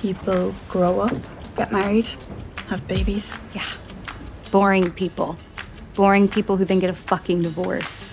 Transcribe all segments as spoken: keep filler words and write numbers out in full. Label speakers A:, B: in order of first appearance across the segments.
A: people grow up, get married, have babies.
B: Yeah. Boring people. Boring people who then get a fucking divorce.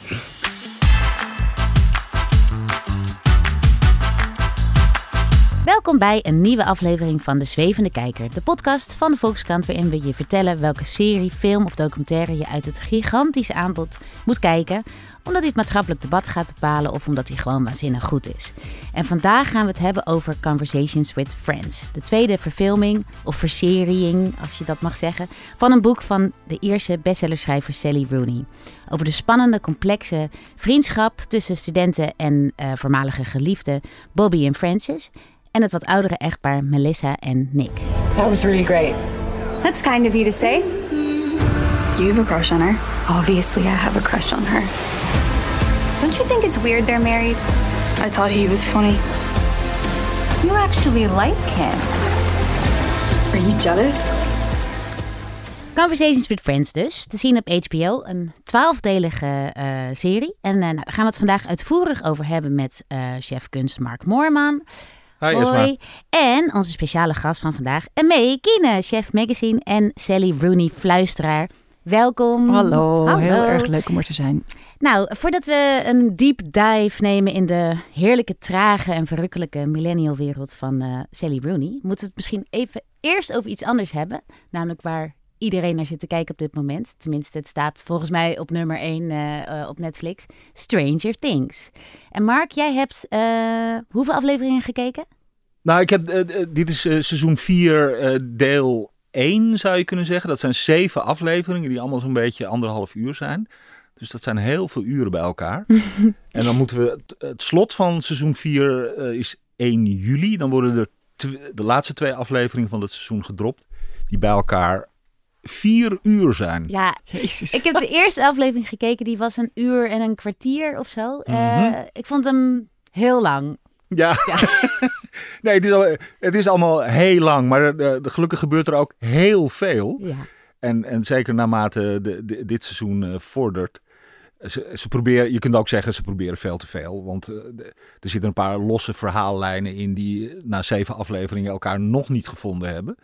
C: Welkom bij een nieuwe aflevering van De Zwevende Kijker, de podcast van de Volkskrant waarin we je vertellen welke serie, film of documentaire je uit het gigantische aanbod moet kijken, omdat hij het maatschappelijk debat gaat bepalen of omdat hij gewoon waanzinnig goed is. En vandaag gaan we het hebben over Conversations with Friends, de tweede verfilming of verseriing, als je dat mag zeggen, van een boek van de Ierse bestsellerschrijver Sally Rooney. Over de spannende, complexe vriendschap tussen studenten en uh, voormalige geliefden Bobby en Frances en het wat oudere echtpaar Melissa en Nick.
D: That was really great.
B: That's kind of you to say.
A: Do you have a crush on her?
B: Obviously, I have a crush on her. Don't you think it's weird they're married?
A: I thought he was funny.
B: You actually like him.
A: Are you jealous?
C: Conversations with Friends dus, te zien op H B O, een twaalfdelige uh, serie. En uh, nou, daar gaan we het vandaag uitvoerig over hebben met uh, chef-kunst Mark Moorman.
E: Hi,
C: Hoi. En onze speciale gast van vandaag, May Kiene, chef magazine en Sally Rooney fluisteraar. Welkom.
D: Hallo,
C: Hallo,
D: heel erg leuk om er te zijn.
C: Nou, voordat we een deep dive nemen in de heerlijke, trage en verrukkelijke millennial wereld van uh, Sally Rooney, moeten we het misschien even eerst over iets anders hebben. Namelijk waar iedereen naar zit te kijken op dit moment. Tenminste, het staat volgens mij op nummer één uh, uh, op Netflix. Stranger Things. En Mark, jij hebt uh, hoeveel afleveringen gekeken?
E: Nou, ik heb, uh, dit is uh, seizoen vier, uh, deel één zou je kunnen zeggen. Dat zijn zeven afleveringen die allemaal zo'n beetje anderhalf uur zijn. Dus dat zijn heel veel uren bij elkaar. En dan moeten we, het, het slot van seizoen vier uh, is één juli. Dan worden er tw- de laatste twee afleveringen van het seizoen gedropt. Die bij elkaar vier uur zijn.
C: Ja,
D: Jezus.
C: ik heb de eerste aflevering gekeken. Die was een uur en een kwartier of zo.
E: Mm-hmm.
C: Uh, ik vond hem heel lang.
E: Ja, ja. Nee, het is, al, het is allemaal heel lang. Maar de, de, gelukkig gebeurt er ook heel veel.
C: Ja.
E: En, en zeker naarmate de, de, dit seizoen uh, vordert. Ze, ze proberen, je kunt ook zeggen, ze proberen veel te veel. Want uh, de, er zitten een paar losse verhaallijnen in die na zeven afleveringen elkaar nog niet gevonden hebben.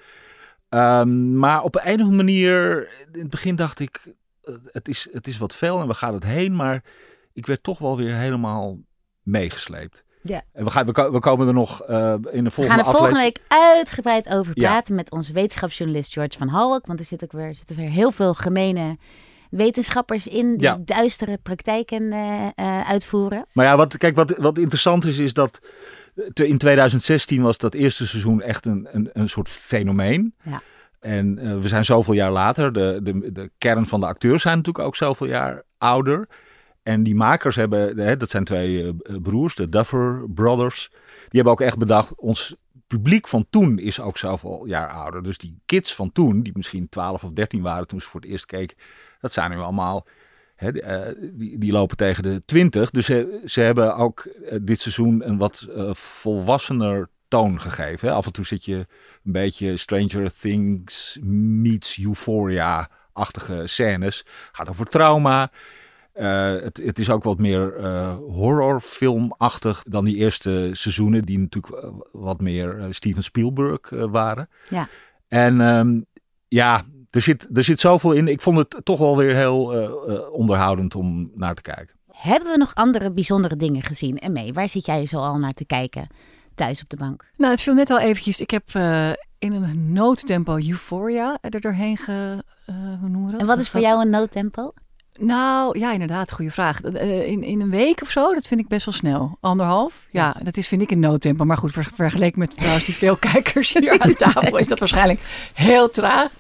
E: Um, maar op een of andere manier, in het begin dacht ik, uh, het, is, het is wat veel en we gaan het heen. Maar ik werd toch wel weer helemaal meegesleept.
C: Ja.
E: En we, gaan, we, we komen er nog uh, in de volgende aflevering.
C: We gaan er volgende week uitgebreid over
E: Ja.
C: praten met onze wetenschapsjournalist George van Halwijk. Want er zit ook weer, zitten weer heel veel gemene wetenschappers in die
E: Ja.
C: duistere praktijken uh, uh, uitvoeren.
E: Maar ja, wat, kijk, wat, wat interessant is, is dat in twintig zestien was dat eerste seizoen echt een, een, een soort fenomeen.
C: Ja.
E: En uh, we zijn zoveel jaar later. De, de, de kern van de acteurs zijn natuurlijk ook zoveel jaar ouder. En die makers hebben, hè, dat zijn twee uh, broers, de Duffer Brothers. Die hebben ook echt bedacht, ons publiek van toen is ook zoveel jaar ouder. Dus die kids van toen, die misschien twaalf of dertien waren toen ze voor het eerst keken, dat zijn nu allemaal, hè, uh, die, die lopen tegen de twintig. Dus ze, ze hebben ook uh, dit seizoen een wat uh, volwassener toon gegeven. Hè. Af en toe zit je een beetje Stranger Things meets Euphoria-achtige scènes. Gaat over trauma. Uh, het, het is ook wat meer uh, horrorfilmachtig dan die eerste seizoenen, die natuurlijk uh, wat meer uh, Steven Spielberg uh, waren.
C: Ja.
E: En um, ja, er zit, er zit zoveel in. Ik vond het toch wel weer heel uh, uh, onderhoudend om naar te kijken.
C: Hebben we nog andere bijzondere dingen gezien? En mee, waar zit jij zo al naar te kijken thuis op de bank?
D: Nou, het viel net al eventjes. Ik heb uh, in een noodtempo Euphoria er doorheen ge... Uh, hoe noemen we dat?
C: En wat is voor jou een noodtempo?
D: Nou, ja, inderdaad, goede vraag. Uh, in, in een week of zo, dat vind ik best wel snel. Anderhalf, ja, dat is, vind ik een noodtempo. Maar goed, ver, vergeleken met trouwens die veel kijkers hier aan tafel is dat waarschijnlijk heel traag.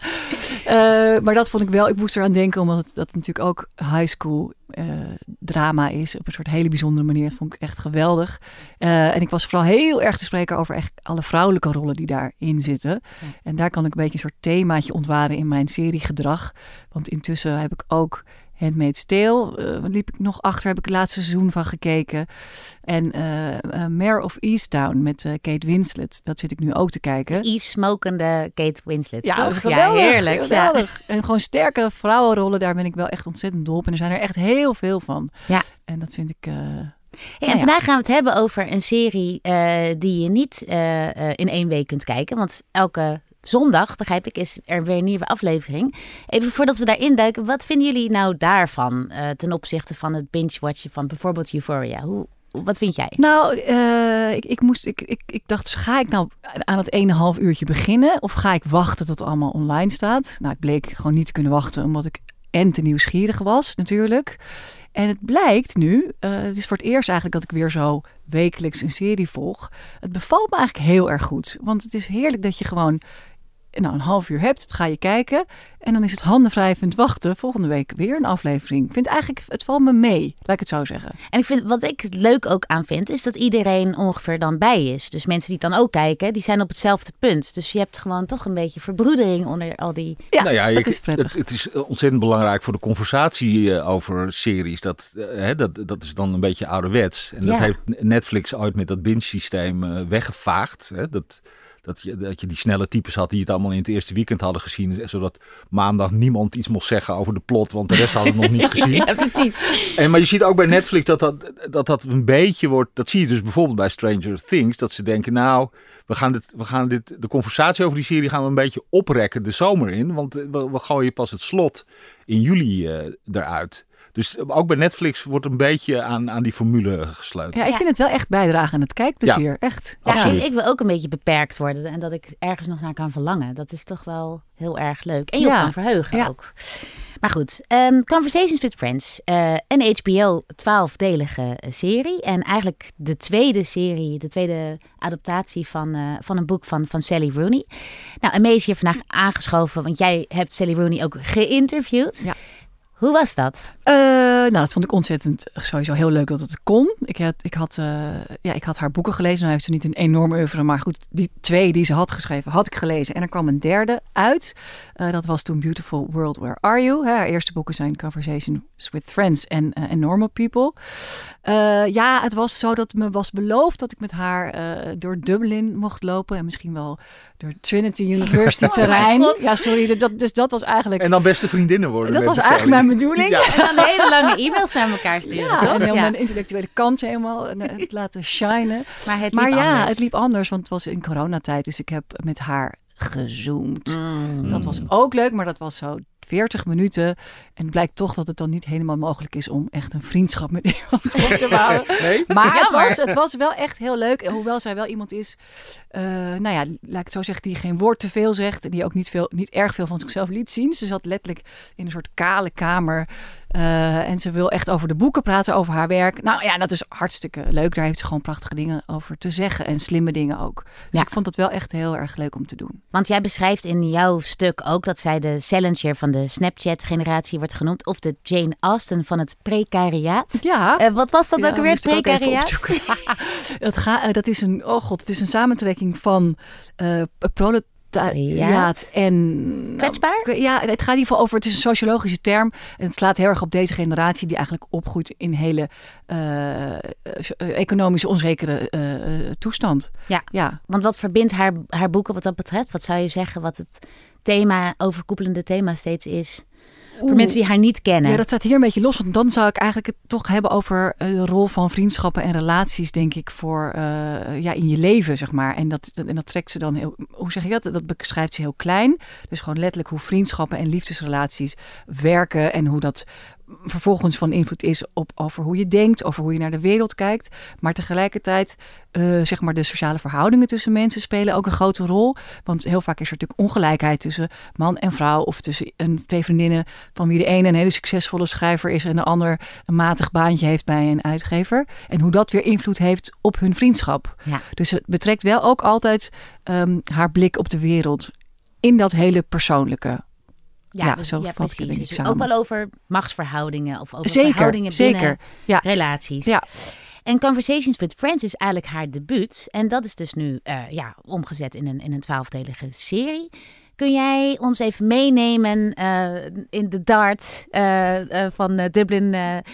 D: Uh, maar dat vond ik wel, ik moest eraan denken, omdat het, dat natuurlijk ook high school uh, drama is. Op een soort hele bijzondere manier. Dat vond ik echt geweldig. Uh, en ik was vooral heel erg te spreken over echt alle vrouwelijke rollen die daarin zitten. Ja. En daar kan ik een beetje een soort themaatje ontwaren in mijn seriegedrag. Want intussen heb ik ook Handmaid's Tale, uh, liep ik nog achter, heb ik het laatste seizoen van gekeken. En uh, uh, Mare of Easttown met uh, Kate Winslet, dat zit ik nu ook te kijken.
C: De e-smokende Kate Winslet,
D: ja,
C: toch?
D: Geweldig,
C: ja, heerlijk.
D: Geweldig.
C: Ja.
D: En gewoon sterke vrouwenrollen, daar ben ik wel echt ontzettend dol op. En er zijn er echt heel veel van.
C: Ja.
D: En dat vind ik, uh,
C: Hey, en
D: Nou ja.
C: vandaag gaan we het hebben over een serie uh, die je niet uh, uh, in één week kunt kijken. Want elke zondag, begrijp ik, is er weer een nieuwe aflevering. Even voordat we daarin duiken, wat vinden jullie nou daarvan uh, ten opzichte van het binge-watchen van bijvoorbeeld Euphoria? Hoe, wat vind jij?
D: Nou, uh, ik, ik, moest, ik, ik, ik dacht, ga ik nou aan het ene half uurtje beginnen? Of ga ik wachten tot het allemaal online staat? Nou, ik bleek gewoon niet te kunnen wachten, omdat ik en te nieuwsgierig was natuurlijk. En het blijkt nu, uh, het is voor het eerst eigenlijk dat ik weer zo wekelijks een serie volg. Het bevalt me eigenlijk heel erg goed. Want het is heerlijk dat je gewoon nou, een half uur hebt, dat ga je kijken. En dan is het handenwrijvend wachten. Volgende week weer een aflevering. Ik vind eigenlijk, het valt me mee, laat ik het zo zeggen.
C: En ik vind, wat ik leuk ook aan vind, is dat iedereen ongeveer dan bij is. Dus mensen die het dan ook kijken, die zijn op hetzelfde punt. Dus je hebt gewoon toch een beetje verbroedering onder al die...
D: Ja,
E: nou ja,
D: dat
E: ik,
D: is prettig.
E: Het, het is ontzettend belangrijk voor de conversatie uh, over series. Dat, uh, hè, dat, dat is dan een beetje ouderwets. En
C: Ja.
E: dat heeft Netflix ooit met dat binge-systeem uh, weggevaagd. Hè? Dat... Dat je, dat je die snelle types had die het allemaal in het eerste weekend hadden gezien. Zodat maandag niemand iets mocht zeggen over de plot. Want de rest had het nog niet gezien.
C: Ja, precies.
E: En, maar je ziet ook bij Netflix dat dat, dat dat een beetje wordt. Dat zie je dus bijvoorbeeld bij Stranger Things. Dat ze denken, nou, we gaan, dit, we gaan dit, de conversatie over die serie gaan we een beetje oprekken de zomer in. Want we, we gooien pas het slot in juli uh, eruit. Dus ook bij Netflix wordt een beetje aan, aan die formule gesleuteld.
D: Ja, ik vind het wel echt bijdragen aan het kijkplezier.
E: Ja.
D: Echt.
C: Ja,
E: Absoluut.
C: ik, ik wil ook een beetje beperkt worden en dat ik ergens nog naar kan verlangen. Dat is toch wel heel erg leuk. En je
D: Ja.
C: op kan verheugen
D: Ja.
C: ook. Maar goed, um, Conversations with Friends, uh, een H B O twaalfdelige serie. En eigenlijk de tweede serie, de tweede adaptatie van, uh, van een boek van, van Sally Rooney. Nou, en Mee is hier vandaag aangeschoven, want jij hebt Sally Rooney ook geïnterviewd.
D: Ja.
C: Hoe was dat?
D: Uh, nou, dat vond ik ontzettend sowieso heel leuk dat het kon. Ik had, ik had, uh, ja, ik had haar boeken gelezen. Nou heeft ze niet een enorme oeuvre, maar goed, die twee die ze had geschreven, had ik gelezen. En er kwam een derde uit. Uh, dat was toen Beautiful World, Where Are You? Hè, haar eerste boeken zijn Conversations with Friends en uh, Normal People. Uh, ja, het was zo dat me was beloofd dat ik met haar uh, door Dublin mocht lopen. En misschien wel door Trinity University
C: Oh
D: terrein.
C: mijn God.
D: Ja, sorry. Dat, dus dat was eigenlijk...
E: En dan beste vriendinnen worden.
D: dat
E: met
D: was
E: de
D: eigenlijk
E: Sally.
D: mijn bedoeling.
E: Ja.
C: En dan hele lange e-mails naar elkaar sturen,
D: Ja,
C: toch?
D: en helemaal
C: Ja.
D: mijn intellectuele kant helemaal uh, het laten shinen.
C: Maar het
D: Maar
C: liep
D: ja,
C: anders.
D: het liep anders, want het was in coronatijd. Dus ik heb met haar gezoomd.
C: Mm.
D: Dat was ook leuk, maar dat was zo veertig minuten. En het blijkt toch dat het dan niet helemaal mogelijk is om echt een vriendschap met iemand op te bouwen.
E: Nee?
D: Maar het
C: Jammer.
D: was, het was wel echt heel leuk. En hoewel zij wel iemand is, uh, nou ja, laat ik het zo zeggen, die geen woord te veel zegt. En die ook niet, veel, niet erg veel van zichzelf liet zien. Ze zat letterlijk in een soort kale kamer. Uh, en ze wil echt over de boeken praten, over haar werk. Nou ja, dat is hartstikke leuk. Daar heeft ze gewoon prachtige dingen over te zeggen. En slimme dingen ook. Dus
C: Ja.
D: ik vond het wel echt heel erg leuk om te doen.
C: Want jij beschrijft in jouw stuk ook dat zij de Salinger van de Snapchat-generatie wordt genoemd. Of de Jane Austen van het precariaat.
D: Ja.
C: Uh, wat was dat
D: Ja,
C: ook alweer, het
D: moest ik ook even
C: precariaat?
D: opzoeken. het ga, uh, dat is een, oh god, het is een samentrekking van uh, proletariaat en...
C: Kwetsbaar?
D: Nou, ja, het gaat in ieder geval over, het is een sociologische term. En het slaat heel erg op deze generatie die eigenlijk opgroeit in hele uh, uh, economisch onzekere uh, toestand.
C: Ja.
D: Ja.
C: Want wat verbindt haar, haar boeken wat dat betreft? Wat zou je zeggen wat het thema, overkoepelende thema steeds is? Voor mensen die haar niet kennen.
D: Ja, dat staat hier een beetje los. Want dan zou ik eigenlijk het toch hebben over uh, de rol van vriendschappen en relaties, denk ik, voor uh, ja, in je leven, zeg maar. En dat, en dat trekt ze dan heel, hoe zeg je dat? Dat beschrijft ze heel klein. Dus gewoon letterlijk hoe vriendschappen en liefdesrelaties werken en hoe dat vervolgens van invloed is op over hoe je denkt, over hoe je naar de wereld kijkt. Maar tegelijkertijd, uh, zeg maar, de sociale verhoudingen tussen mensen spelen ook een grote rol. Want heel vaak is er natuurlijk ongelijkheid tussen man en vrouw, of tussen een twee vriendinnen van wie de ene een hele succesvolle schrijver is en de ander een matig baantje heeft bij een uitgever. En hoe dat weer invloed heeft op hun vriendschap.
C: Ja.
D: Dus het betrekt wel ook altijd um, haar blik op de wereld in dat hele persoonlijke.
C: Ja,
D: Ja,
C: dus,
D: zo
C: ja
D: vat ik het,
C: precies.
D: denk ik,
C: Dus
D: samen.
C: ook wel over machtsverhoudingen of over
D: Zeker,
C: verhoudingen
D: zeker.
C: binnen
D: Ja.
C: relaties.
D: Ja.
C: En Conversations with Friends is eigenlijk haar debuut. En dat is dus nu uh, ja, omgezet in een, in een twaalfdelige serie. Kun jij ons even meenemen uh, in de dart uh, uh, van uh, Dublin? Uh,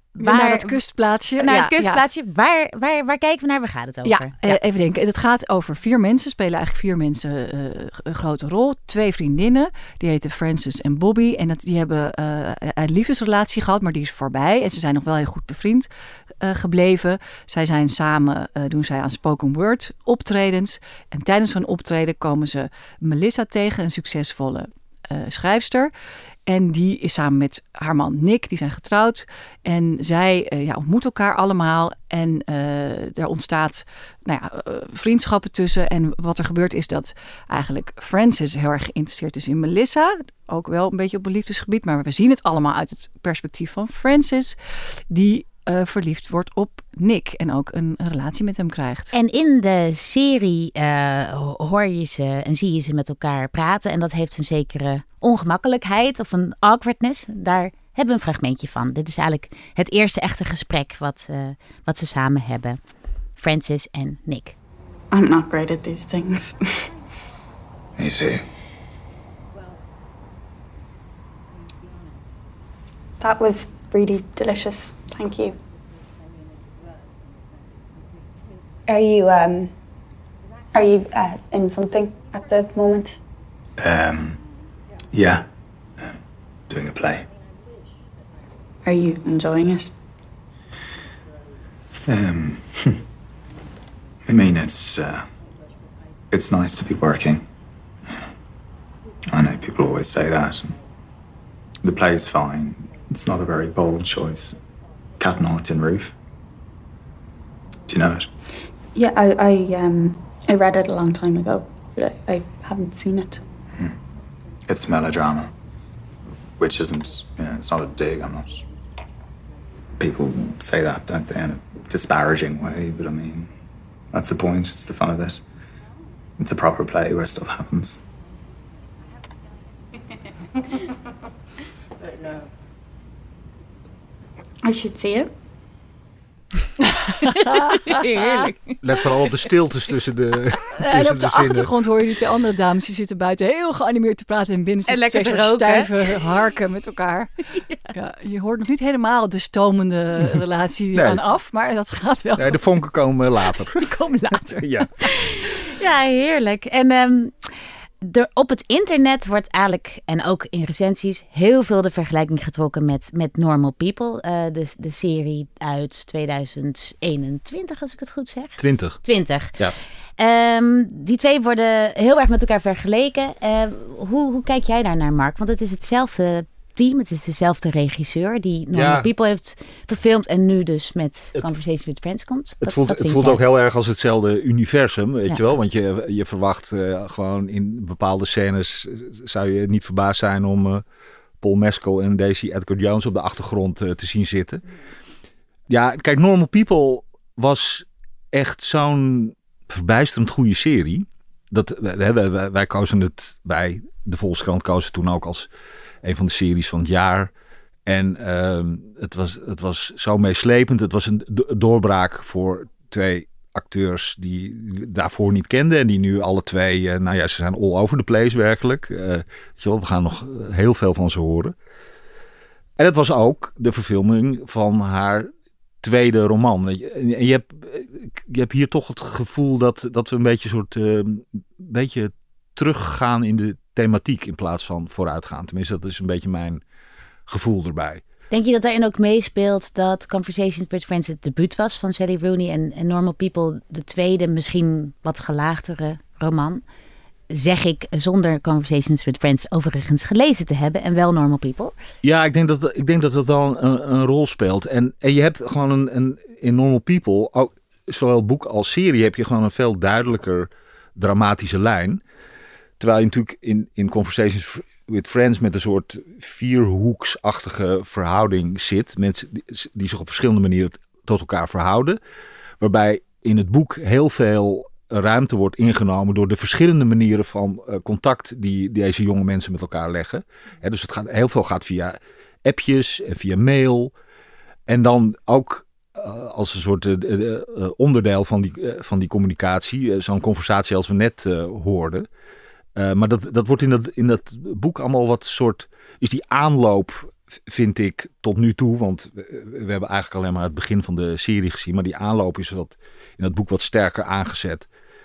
C: waar,
D: naar dat kustplaatsje.
C: Naar
D: ja,
C: het kustplaatsje. Ja. Waar, waar, waar kijken we naar? Waar gaat het over?
D: Ja, ja. Uh, even denken. Het gaat over vier mensen. Spelen eigenlijk vier mensen uh, een grote rol. Twee vriendinnen. Die heten Frances en Bobby. En dat, die hebben uh, een liefdesrelatie gehad, maar die is voorbij. En ze zijn nog wel heel goed bevriend uh, gebleven. Zij zijn samen, uh, doen zij aan spoken word optredens. En tijdens hun optreden komen ze Melissa tegen, een succesvolle uh, schrijfster. En die is samen met haar man Nick, die zijn getrouwd. En zij uh, ja, ontmoeten elkaar allemaal. En uh, er ontstaat nou ja, uh, vriendschappen tussen. En wat er gebeurt is dat eigenlijk Frances heel erg geïnteresseerd is in Melissa. Ook wel een beetje op een liefdesgebied. Maar we zien het allemaal uit het perspectief van Frances. Die uh, verliefd wordt op Nick. En ook een, een relatie met hem krijgt.
C: En in de serie uh, hoor je ze en zie je ze met elkaar praten. En dat heeft een zekere ongemakkelijkheid of een awkwardness. Daar hebben we een fragmentje van. Dit is eigenlijk het eerste echte gesprek wat, uh, wat ze samen hebben. Frances en Nick.
A: I'm not great at these things.
F: Me too.
A: That was really delicious. Thank you. Are you um are you uh, in something at the moment?
F: Um, yeah, uh, doing a play.
A: Are you enjoying it?
F: Um, I mean, it's uh, it's nice to be working. I know people always say that. The play's fine. It's not a very bold choice. Cat and Tin Roof. Do you know it?
A: Yeah, I I um I read it a long time ago, but I, I haven't seen it.
F: Hmm. It's melodrama, which isn't, you know, it's not a dig. I'm not. People say that, don't they, in a disparaging way? But I mean, that's the point. It's the fun of it. It's a proper play where stuff happens.
A: I should see it.
C: Heerlijk.
E: Let vooral op de stiltes tussen de tussen
D: En op de,
E: de
D: achtergrond hoor je die twee andere dames. Die zitten buiten heel geanimeerd te praten. En binnen zitten twee soort stijve harken met elkaar. Ja. Ja, je hoort nog niet helemaal de stomende relatie
E: nee.
D: aan af. Maar dat gaat wel.
E: Nee, de vonken komen later.
D: Die komen later.
E: Ja,
C: Ja, heerlijk. En um, er, op het internet wordt eigenlijk, en ook in recensies, heel veel de vergelijking getrokken met, met Normal People. Uh, de, de serie uit tweeduizend eenentwintig, als ik het goed zeg.
E: twintig.
C: twintig.
E: Ja.
C: Um, die twee worden heel erg met elkaar vergeleken. Uh, hoe, hoe kijk jij daar naar, Mark? Want het is hetzelfde team, het is dezelfde regisseur die Normal
E: Ja.
C: People heeft verfilmd en nu dus met
E: Het-
C: Conversation with Friends komt.
E: Het
C: Wat-
E: voelt,
C: wat
E: het
C: vind
E: voelt
C: jij?
E: ook heel erg als hetzelfde universum, weet
C: Ja.
E: je wel. Want je, je verwacht uh, gewoon in bepaalde scènes, uh, zou je niet verbaasd zijn om uh, Paul Mescal en Daisy Edgar Jones op de achtergrond uh, te zien zitten. Ja, kijk, Normal People was echt zo'n verbijsterend goede serie. Dat, wij, wij, wij kozen het, wij, de Volkskrant, kozen toen ook als een van de series van het jaar. En uh, het, was, het was zo meeslepend. Het was een do- doorbraak voor twee acteurs die daarvoor niet kenden. En die nu alle twee, uh, nou ja, ze zijn all over the place werkelijk. Uh, weet je wel, we gaan nog heel veel van ze horen. En het was ook de verfilming van haar tweede roman. En je hebt, je hebt hier toch het gevoel dat, dat we een beetje, soort, uh, een beetje teruggaan in de thematiek in plaats van vooruitgaan. Tenminste, dat is een beetje mijn gevoel erbij.
C: Denk je dat daarin ook meespeelt dat Conversations with Friends het debuut was van Sally Rooney en, en Normal People de tweede, misschien wat gelaagdere roman? Zeg ik zonder Conversations with Friends overigens gelezen te hebben en wel Normal People.
E: Ja, ik denk dat ik denk dat dat wel een, een rol speelt. En, en je hebt gewoon een, een in Normal People, ook, zowel boek als serie, heb je gewoon een veel duidelijker dramatische lijn. Terwijl je natuurlijk in, in Conversations with Friends met een soort vierhoeksachtige verhouding zit. Mensen die, die zich op verschillende manieren tot elkaar verhouden. Waarbij in het boek heel veel ruimte wordt ingenomen door de verschillende manieren van uh, contact die deze jonge mensen met elkaar leggen. He, dus het gaat, heel veel gaat via appjes en via mail. En dan ook uh, als een soort uh, uh, onderdeel van die, uh, van die communicatie, uh, zo'n conversatie als we net uh, hoorden. Uh, maar dat, dat wordt in dat, in dat boek allemaal wat soort, is die aanloop vind ik tot nu toe, want we, we hebben eigenlijk alleen maar het begin van de serie gezien, maar die aanloop is wat, in het boek wat sterker aangezet.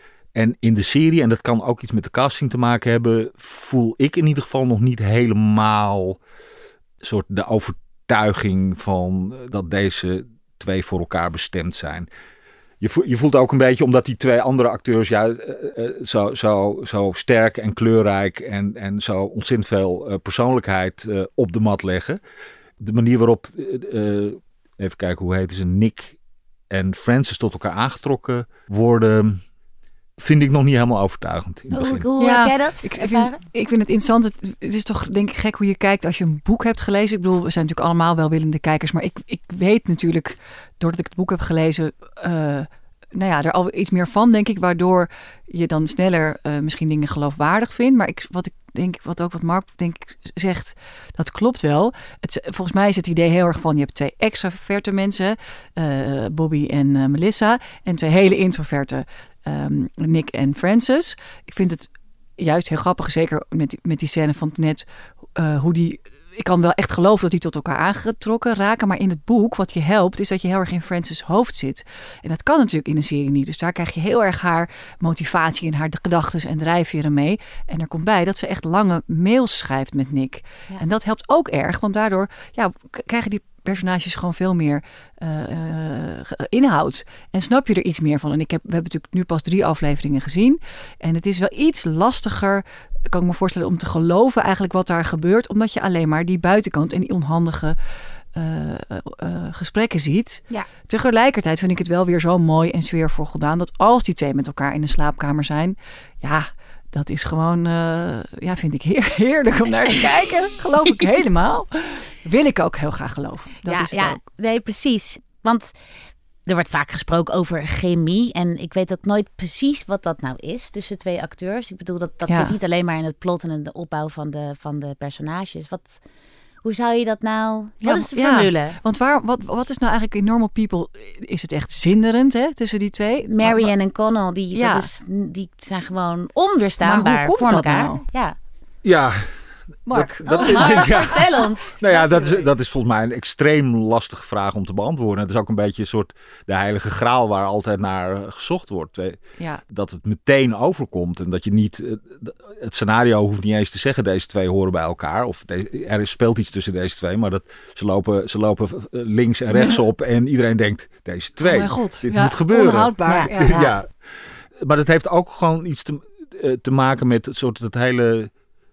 E: En in de serie, en dat kan ook iets met de casting te maken hebben, voel ik in ieder geval nog niet helemaal soort de overtuiging van dat deze twee voor elkaar bestemd zijn. Je voelt, je voelt ook een beetje, omdat die twee andere acteurs ja, uh, uh, zo, zo, zo sterk en kleurrijk en, en zo ontzettend veel uh, persoonlijkheid uh, op de mat leggen. De manier waarop, uh, even kijken hoe heet ze, Nick en Frances tot elkaar aangetrokken worden, vind ik nog niet helemaal overtuigend in het
B: Hoe,
E: begin.
B: hoe
D: Ja,
B: heb jij dat
D: Ik, ik,
B: ervaren?
D: vind, ik vind het interessant. Het, het is toch denk ik gek hoe je kijkt als je een boek hebt gelezen. Ik bedoel, we zijn natuurlijk allemaal welwillende kijkers. Maar ik, ik weet natuurlijk, doordat ik het boek heb gelezen, Uh, nou ja, er al iets meer van, denk ik. Waardoor je dan sneller uh, misschien dingen geloofwaardig vindt. Maar ik, wat ik denk, wat ook wat Mark denk ik zegt, dat klopt wel. Het, volgens mij is het idee heel erg van, je hebt twee extraverte mensen, uh, Bobby en uh, Melissa. En twee hele introverte, um, Nick en Frances. Ik vind het juist heel grappig, zeker met die, met die scène van net, uh, hoe die... Ik kan wel echt geloven dat die tot elkaar aangetrokken raken. Maar in het boek, wat je helpt, is dat je heel erg in Frances' hoofd zit. En dat kan natuurlijk in een serie niet. Dus daar krijg je heel erg haar motivatie en haar gedachten en drijfveren mee. En er komt bij dat ze echt lange mails schrijft met Nick. Ja. En dat helpt ook erg, want daardoor ja, krijgen die personages gewoon veel meer uh, uh, inhoud. En snap je er iets meer van. En ik heb, we hebben natuurlijk nu pas drie afleveringen gezien. En het is wel iets lastiger, kan ik me voorstellen, om te geloven eigenlijk wat daar gebeurt. Omdat je alleen maar die buitenkant en die onhandige uh, uh, uh, gesprekken ziet. Ja. Tegelijkertijd vind ik het wel weer zo mooi en sfeervol gedaan, dat als die twee met elkaar in de slaapkamer zijn, ja, dat is gewoon, uh, ja, vind ik heer, heerlijk om naar te kijken. Geloof ik helemaal. Wil ik ook heel graag geloven. Dat
C: ja,
D: is het
C: ja,
D: ook.
C: Nee, precies. Want er wordt vaak gesproken over chemie. En ik weet ook nooit precies wat dat nou is tussen twee acteurs. Ik bedoel, dat, dat
D: Ja.
C: zit niet alleen maar in het plot en in de opbouw van de, van de personages. Wat, hoe zou je dat nou... Wat
D: Ja,
C: is de
D: ja.
C: formule?
D: Want waar, wat, wat is nou eigenlijk in Normal People? Is het echt zinderend, hè, tussen die twee?
C: Marianne en Connell, die,
D: Ja.
C: dat is, die zijn gewoon onweerstaanbaar
D: Maar hoe komt
C: voor
D: dat
C: elkaar.
D: nou?
C: Ja.
E: Ja,
D: Mark.
E: dat, dat,
C: Oh, Mark,
E: ja.
C: vertel ons.
E: Nou ja, dat is, dat is volgens mij een extreem lastige vraag om te beantwoorden. Het is ook een beetje een soort de heilige graal waar altijd naar uh, gezocht wordt.
D: Ja.
E: Dat het meteen overkomt en dat je niet... Uh, het scenario hoeft niet eens te zeggen, deze twee horen bij elkaar. Of de, er speelt iets tussen deze twee, maar dat, ze, lopen, ze lopen uh, links en rechts op en iedereen denkt, deze twee,
D: Oh mijn God.
E: dit
D: Ja,
E: moet gebeuren.
D: onhoudbaar.
C: Ja.
D: Ja.
E: Ja. Ja. Maar dat heeft ook gewoon iets te, uh, te maken met het soort het hele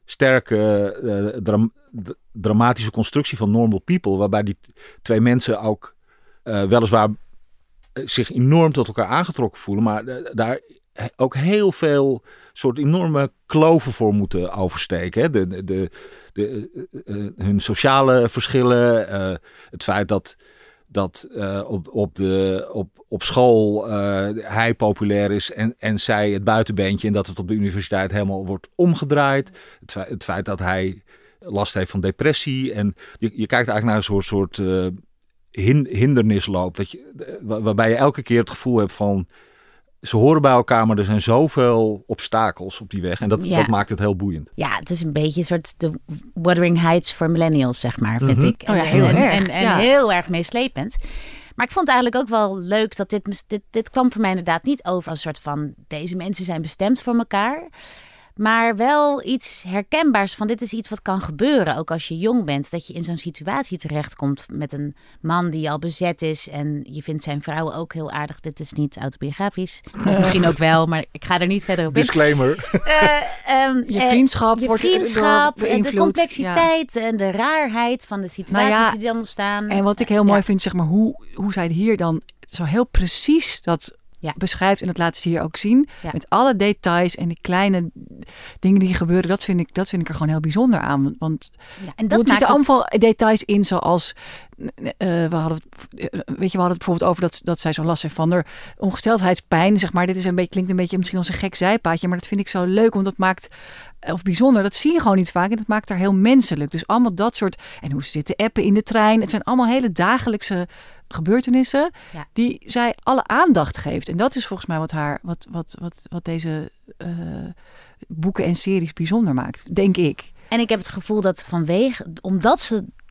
E: sterke uh, dram, d- dramatische constructie van Normal People, waarbij die t- twee mensen ook uh, weliswaar uh, zich enorm tot elkaar aangetrokken voelen, maar uh, daar ook heel veel soort enorme kloven voor moeten oversteken. Hè? De, de, de, de, uh, uh, hun sociale verschillen, uh, het feit dat dat uh, op, op, de, op, op school uh, hij populair is en, en zij het buitenbeentje, en dat het op de universiteit helemaal wordt omgedraaid. Het, fe- het feit dat hij last heeft van depressie. En je, je kijkt eigenlijk naar een soort, soort uh, hin, hindernisloop. Dat je, waar, waarbij je elke keer het gevoel hebt van, ze horen bij elkaar, maar er zijn zoveel obstakels op die weg. En dat,
C: Ja.
E: dat maakt het heel boeiend.
C: Ja, het is een beetje een soort de Wuthering Heights voor millennials, zeg maar, vind
E: Mhm.
C: ik.
D: Oh ja,
C: En-
D: heel
C: en,
D: erg.
C: En, en
D: Ja.
C: heel erg meeslepend. Maar ik vond het eigenlijk ook wel leuk dat dit, mis- dit... Dit kwam voor mij inderdaad niet over als een soort van, deze mensen zijn bestemd voor elkaar. Maar wel iets herkenbaars van, dit is iets wat kan gebeuren. Ook als je jong bent, dat je in zo'n situatie terechtkomt met een man die al bezet is. En je vindt zijn vrouw ook heel aardig. Dit is niet autobiografisch. Of misschien ook wel, maar ik ga er niet verder op in.
E: Disclaimer.
C: Eh, ehm,
D: Je
C: eh,
D: vriendschap
C: je
D: wordt
C: vriendschap,
D: door
C: en de
D: beïnvloed.
C: complexiteit en de raarheid van de situaties
D: Nou ja,
C: die dan ontstaan.
D: En wat ik heel mooi
C: Ja.
D: vind, zeg maar, hoe, hoe zij hier dan zo heel precies dat
C: Ja.
D: beschrijft. En dat laten ze hier ook zien.
C: Ja.
D: Met alle details en die kleine dingen die gebeuren. Dat vind ik, dat vind ik er gewoon heel bijzonder aan. Want
C: Ja, en
D: dat
C: dat
D: zitten
C: maakt het...
D: allemaal details in, zoals uh, we hadden, het, uh, weet je, we hadden het bijvoorbeeld over dat, dat zij zo last heeft van haar ongesteldheidspijn. Zeg maar, dit is een beetje, klinkt een beetje misschien als een gek zijpaadje, maar dat vind ik zo leuk, want dat maakt, of bijzonder, dat zie je gewoon niet vaak en dat maakt haar heel menselijk. Dus allemaal dat soort, en hoe ze zitten appen in de trein. Het zijn allemaal hele dagelijkse gebeurtenissen
C: Ja.
D: die zij alle aandacht geeft. En dat is volgens mij wat haar, wat, wat, wat, wat deze uh, boeken en series bijzonder maakt, denk ik.
C: En ik heb het gevoel dat vanwege, omdat ze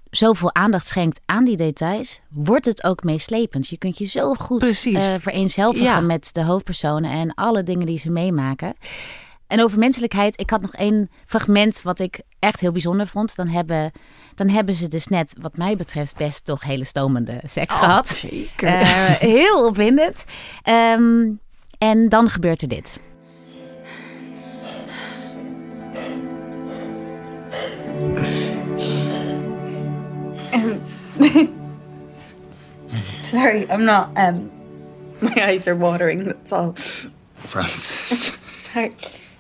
C: zoveel aandacht schenkt aan die details, wordt het ook meeslepend. Je kunt je zo goed uh, vereenzelvigen ja. met de hoofdpersonen en alle dingen die ze meemaken. En over menselijkheid, ik had nog één fragment wat ik echt heel bijzonder vond. Dan hebben, dan hebben ze dus net, wat mij betreft, best toch hele stomende seks oh, gehad.
D: Zeker.
C: Uh, heel opwindend. Um, en dan gebeurt er dit.
A: Um, sorry, I'm not. Um, my eyes are watering. That's all.
F: Francis.
A: Sorry.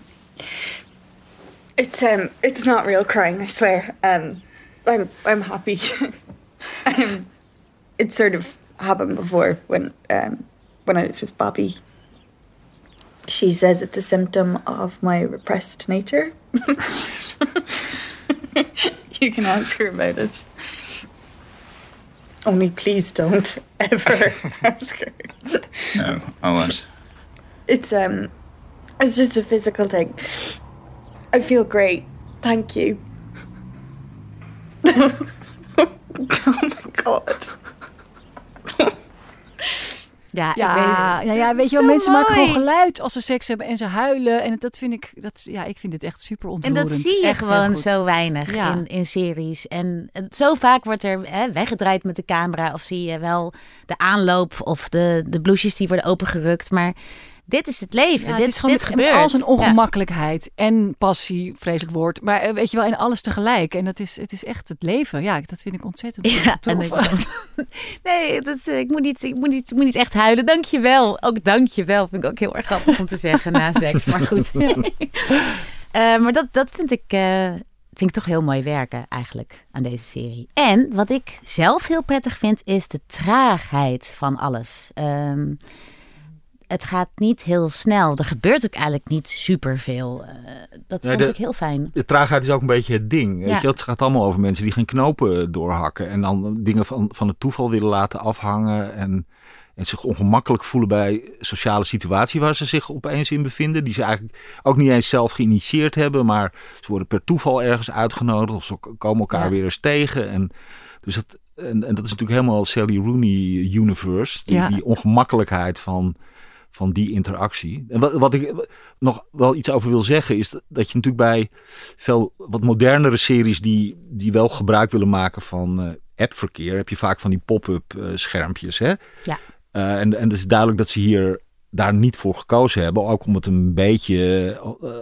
A: It's um, it's not real crying. I swear. Um, I'm I'm happy. um, it's sort of happened before when um, when I was with Bobby. She says it's a symptom of my repressed nature. You can ask her about it. Only please don't ever ask her.
F: No, I won't.
A: It's um, it's just a physical thing. I feel great. Thank you. Oh my god.
C: Ja,
D: ja,
C: ik weet,
D: ja, ja, weet je wel, mensen
C: mooi.
D: maken gewoon geluid als ze seks hebben en ze huilen. En dat vind ik, dat, ja, ik vind het echt super
C: En
D: ontroerend.
C: dat zie je
D: echt
C: gewoon zo weinig
D: ja.
C: in, in series. En het, zo vaak wordt er hè, weggedraaid met de camera. Of zie je wel de aanloop of de, de blouses die worden opengerukt. Maar dit is het leven.
D: Ja,
C: dit,
D: het is gewoon
C: dit
D: met,
C: gebeurt.
D: met al zijn ongemakkelijkheid ja. en passie, vreselijk woord. Maar uh, weet je wel, en alles tegelijk. En dat is, het is echt het leven. Ja, dat vind ik ontzettend
C: ja,
D: tof.
C: Dan, nee, dat is, ik, moet niet, ik, moet niet, ik moet niet echt huilen. Dank je wel. Ook dank je wel. Vind ik ook heel erg grappig om te zeggen na seks. Maar goed. uh, maar dat, dat vind ik... Uh, vind ik toch heel mooi werken eigenlijk aan deze serie. En wat ik zelf heel prettig vind, is de traagheid van alles. Um, Het gaat niet heel snel. Er gebeurt ook eigenlijk niet superveel. Uh, dat vond
E: ja, de,
C: ik heel fijn.
E: De traagheid is ook een beetje het ding.
C: Ja.
E: Weet je? Het gaat allemaal over mensen die geen knopen doorhakken. En dan dingen van, van het toeval willen laten afhangen. En, en zich ongemakkelijk voelen bij sociale situatie waar ze zich opeens in bevinden. Die ze eigenlijk ook niet eens zelf geïnitieerd hebben. Maar ze worden per toeval ergens uitgenodigd. Of ze komen elkaar ja. weer eens tegen. En, dus dat, en, en dat is natuurlijk helemaal Sally Rooney universe. Die,
D: Ja.
E: die ongemakkelijkheid van... van die interactie. En wat, wat ik nog wel iets over wil zeggen is dat, dat je natuurlijk bij veel wat modernere series die, die wel gebruik willen maken van uh, appverkeer, heb je vaak van die pop-up uh, schermpjes. Hè?
C: Ja.
E: Uh, en, en het is duidelijk dat ze hier daar niet voor gekozen hebben. Ook om het een beetje uh,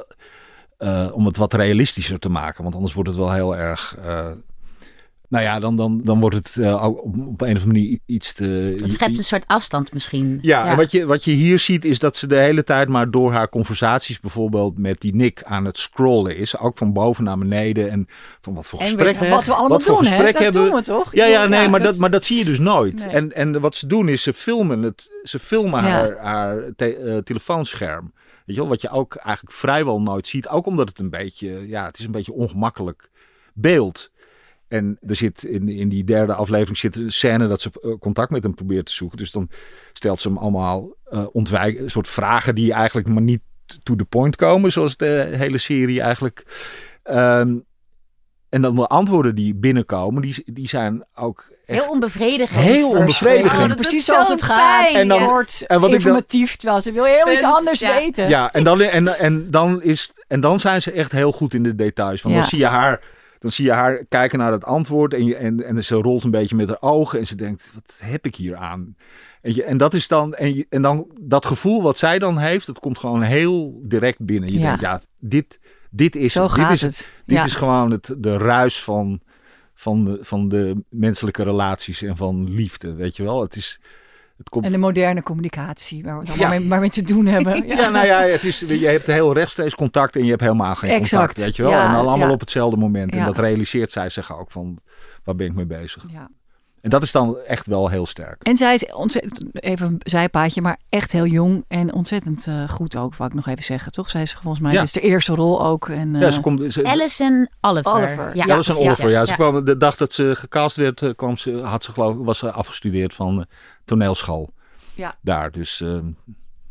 E: uh, om het wat realistischer te maken. Want anders wordt het wel heel erg... Uh, Nou ja, dan, dan, dan wordt het uh, op, op een of andere manier iets te...
C: Het schept een soort afstand misschien.
E: Ja,
C: ja.
E: en wat je, wat je hier ziet is dat ze de hele tijd maar door haar conversaties bijvoorbeeld met die Nick aan het scrollen is. Ook van boven naar beneden en van wat voor gesprek...
D: En wat we allemaal
E: wat voor
D: doen,
E: gesprek
D: hè? Dat
E: hebben.
D: doen we toch?
E: Ja, ja, nee,
D: ja,
E: maar,
D: dat...
E: dat, maar dat zie je dus nooit.
D: Nee.
E: En, en wat ze doen is ze filmen, het, ze filmen
D: Ja.
E: haar, haar te, uh, telefoonscherm. Weet je wel, wat je ook eigenlijk vrijwel nooit ziet. Ook omdat het een beetje, ja, het is een beetje ongemakkelijk beeld. En er zit in, in die derde aflevering zit een scène dat ze contact met hem probeert te zoeken. Dus dan stelt ze hem allemaal uh, ontwijken, een soort vragen die eigenlijk maar niet to the point komen. Zoals de hele serie eigenlijk. Um, en dan de antwoorden die binnenkomen, die, die zijn ook echt
C: heel onbevredigend.
E: Heel onbevredigend.
C: Oh, dat
D: Precies
C: doet
D: zoals
C: zo'n
D: het gaat.
C: pijn.
E: En dan-
D: Kort,
E: en wat ik dan-
D: informatief, terwijl ze wil heel
C: Punt.
D: iets anders
C: Ja.
D: weten.
E: Ja, en dan, en, en, dan is, en dan zijn ze echt heel goed in de details. Want
D: Ja.
E: dan zie je haar... Dan zie je haar kijken naar het antwoord en, je, en, en ze rolt een beetje met haar ogen en ze denkt, wat heb ik hier aan? En, je, en dat is dan, en, je, en dan dat gevoel wat zij dan heeft, dat komt gewoon heel direct binnen. Je
D: Ja.
E: denkt, ja, dit, dit is
D: Zo
E: het.
D: gaat
E: dit is,
D: het.
E: Dit
D: Ja.
E: is gewoon het, de ruis van, van, de, van de menselijke relaties en van liefde, weet je wel. Het is... Het komt...
D: En de moderne communicatie, waar we het allemaal
E: Ja.
D: mee, maar mee te doen hebben. Ja.
E: Ja, nou ja, het is, je hebt heel rechtstreeks contact en je hebt helemaal geen
D: Exact.
E: contact, weet je wel.
D: Ja,
E: en allemaal
D: ja.
E: op hetzelfde moment. En
D: Ja.
E: dat realiseert zij zich ook van, waar ben ik mee bezig?
D: Ja.
E: En dat is dan echt wel heel sterk.
D: En zij is ontzettend, even een zijpaadje, maar echt heel jong en ontzettend uh, goed ook, wou ik nog even zeggen, toch? Zij is volgens mij,
E: Ja.
D: dit is de eerste rol ook. En, uh,
E: Ja, ze komt... Ze,
C: Alison Oliver.
D: Oliver.
C: Ja,
D: Ja,
E: dat is een
C: precies,
E: offer, ja. Ze
C: ja.
E: kwam, de dag dat ze gecast werd, eh, kwam ze, had ze geloof ik, was ze afgestudeerd van uh, toneelschool.
D: Ja.
E: Daar, dus... Uh,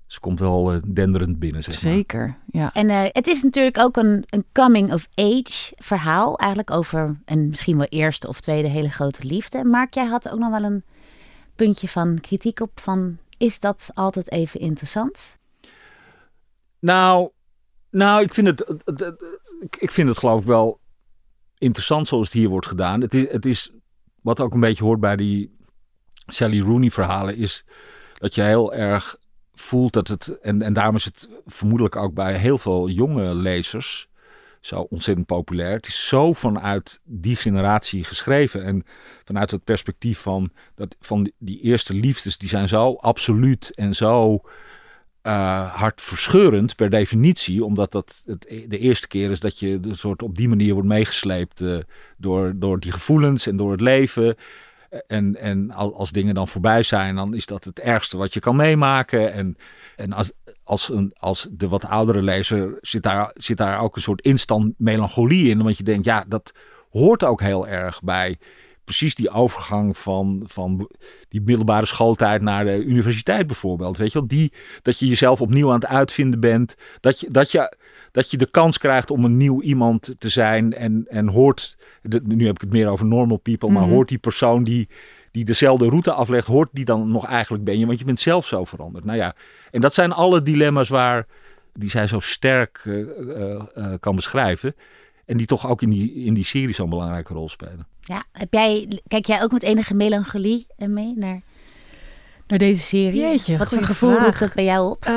E: Ze komt wel uh, denderend binnen, zeg maar.
D: Zeker, ja.
C: En uh, het is natuurlijk ook een, een coming-of-age verhaal. Eigenlijk over een misschien wel eerste of tweede hele grote liefde. Mark, jij had ook nog wel een puntje van kritiek op van... Is dat altijd even interessant?
E: Nou, nou ik, vind het, ik vind het geloof ik wel interessant zoals het hier wordt gedaan. Het is, het is wat ook een beetje hoort bij die Sally Rooney verhalen... is dat je heel erg voelt dat het... En, en daarom is het vermoedelijk ook bij heel veel jonge lezers zo ontzettend populair. Het is zo vanuit die generatie geschreven. En vanuit het perspectief van, dat, van die eerste liefdes... die zijn zo absoluut en zo uh, hartverscheurend per definitie. Omdat dat het, de eerste keer is dat je de soort op die manier wordt meegesleept... Uh, door, door die gevoelens en door het leven... En, en als dingen dan voorbij zijn, dan is dat het ergste wat je kan meemaken. En, en als, als, een, als de wat oudere lezer zit daar, zit daar ook een soort instant melancholie in. Want je denkt, ja, dat hoort ook heel erg bij precies die overgang van, van die middelbare schooltijd naar de universiteit bijvoorbeeld. Weet je wel, die, dat je jezelf opnieuw aan het uitvinden bent. Dat je, dat je, dat je de kans krijgt om een nieuw iemand te zijn en, en hoort... De, nu heb ik het meer over normal people, maar mm-hmm. hoort die persoon die, die dezelfde route aflegt, hoort die dan nog eigenlijk ben je? Want je bent zelf zo veranderd. Nou ja, en dat zijn alle dilemma's waar die zij zo sterk uh, uh, uh, kan beschrijven. En die toch ook in die, in die serie zo'n belangrijke rol spelen.
C: Ja, heb jij, kijk jij ook met enige melancholie mee naar, naar deze serie?
D: Jeetje,
C: wat voor gevoel
D: vraag.
C: roept dat bij jou op?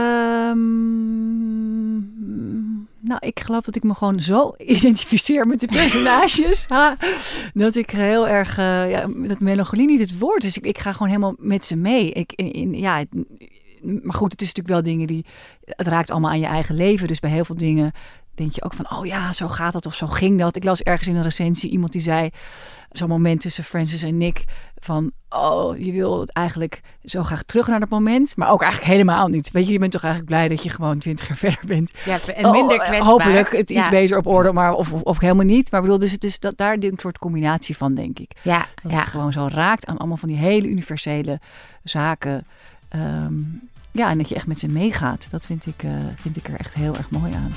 D: Um, nou, ik geloof dat ik me gewoon zo identificeer met de personages. ha, dat ik heel erg, uh, ja, dat melancholie niet het woord is. Ik, ik ga gewoon helemaal met ze mee. Ik, in, in, ja, het, maar goed, het is natuurlijk wel dingen die, het raakt allemaal aan je eigen leven. Dus bij heel veel dingen denk je ook van, oh ja, zo gaat dat of zo ging dat. Ik las ergens in een recensie iemand die zei, zo'n moment tussen Francis en Nick, van, oh, je wil het eigenlijk zo graag terug naar dat moment, maar ook eigenlijk helemaal niet. Weet je, je bent toch eigenlijk blij dat je gewoon twintig jaar verder bent.
C: Ja, en minder kwetsbaar.
D: Oh, hopelijk het iets
C: ja.
D: beter op orde, maar of, of, of helemaal niet. Maar bedoel, dus het is dat, daar een soort combinatie van, denk ik.
C: Ja,
D: dat
C: ja.
D: het gewoon zo raakt aan allemaal van die hele universele zaken. Um, ja, en dat je echt met ze meegaat. Dat vind ik, uh, vind ik er echt heel erg mooi aan.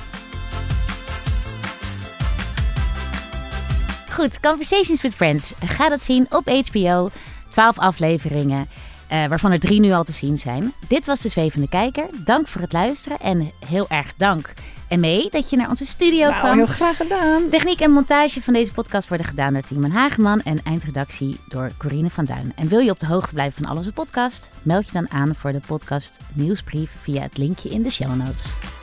C: Goed, Conversations with Friends. Ga dat zien op H B O. twaalf afleveringen, uh, waarvan er drie nu al te zien zijn. Dit was De Zwevende Kijker. Dank voor het luisteren en heel erg dank, Emme, dat je naar onze studio
D: nou,
C: kwam.
D: Heel graag gedaan.
C: Techniek en montage van deze podcast worden gedaan door Timon Hageman en eindredactie door Corine van Duin. En wil je op de hoogte blijven van al onze podcast? Meld je dan aan voor de podcast nieuwsbrief via het linkje in de show notes.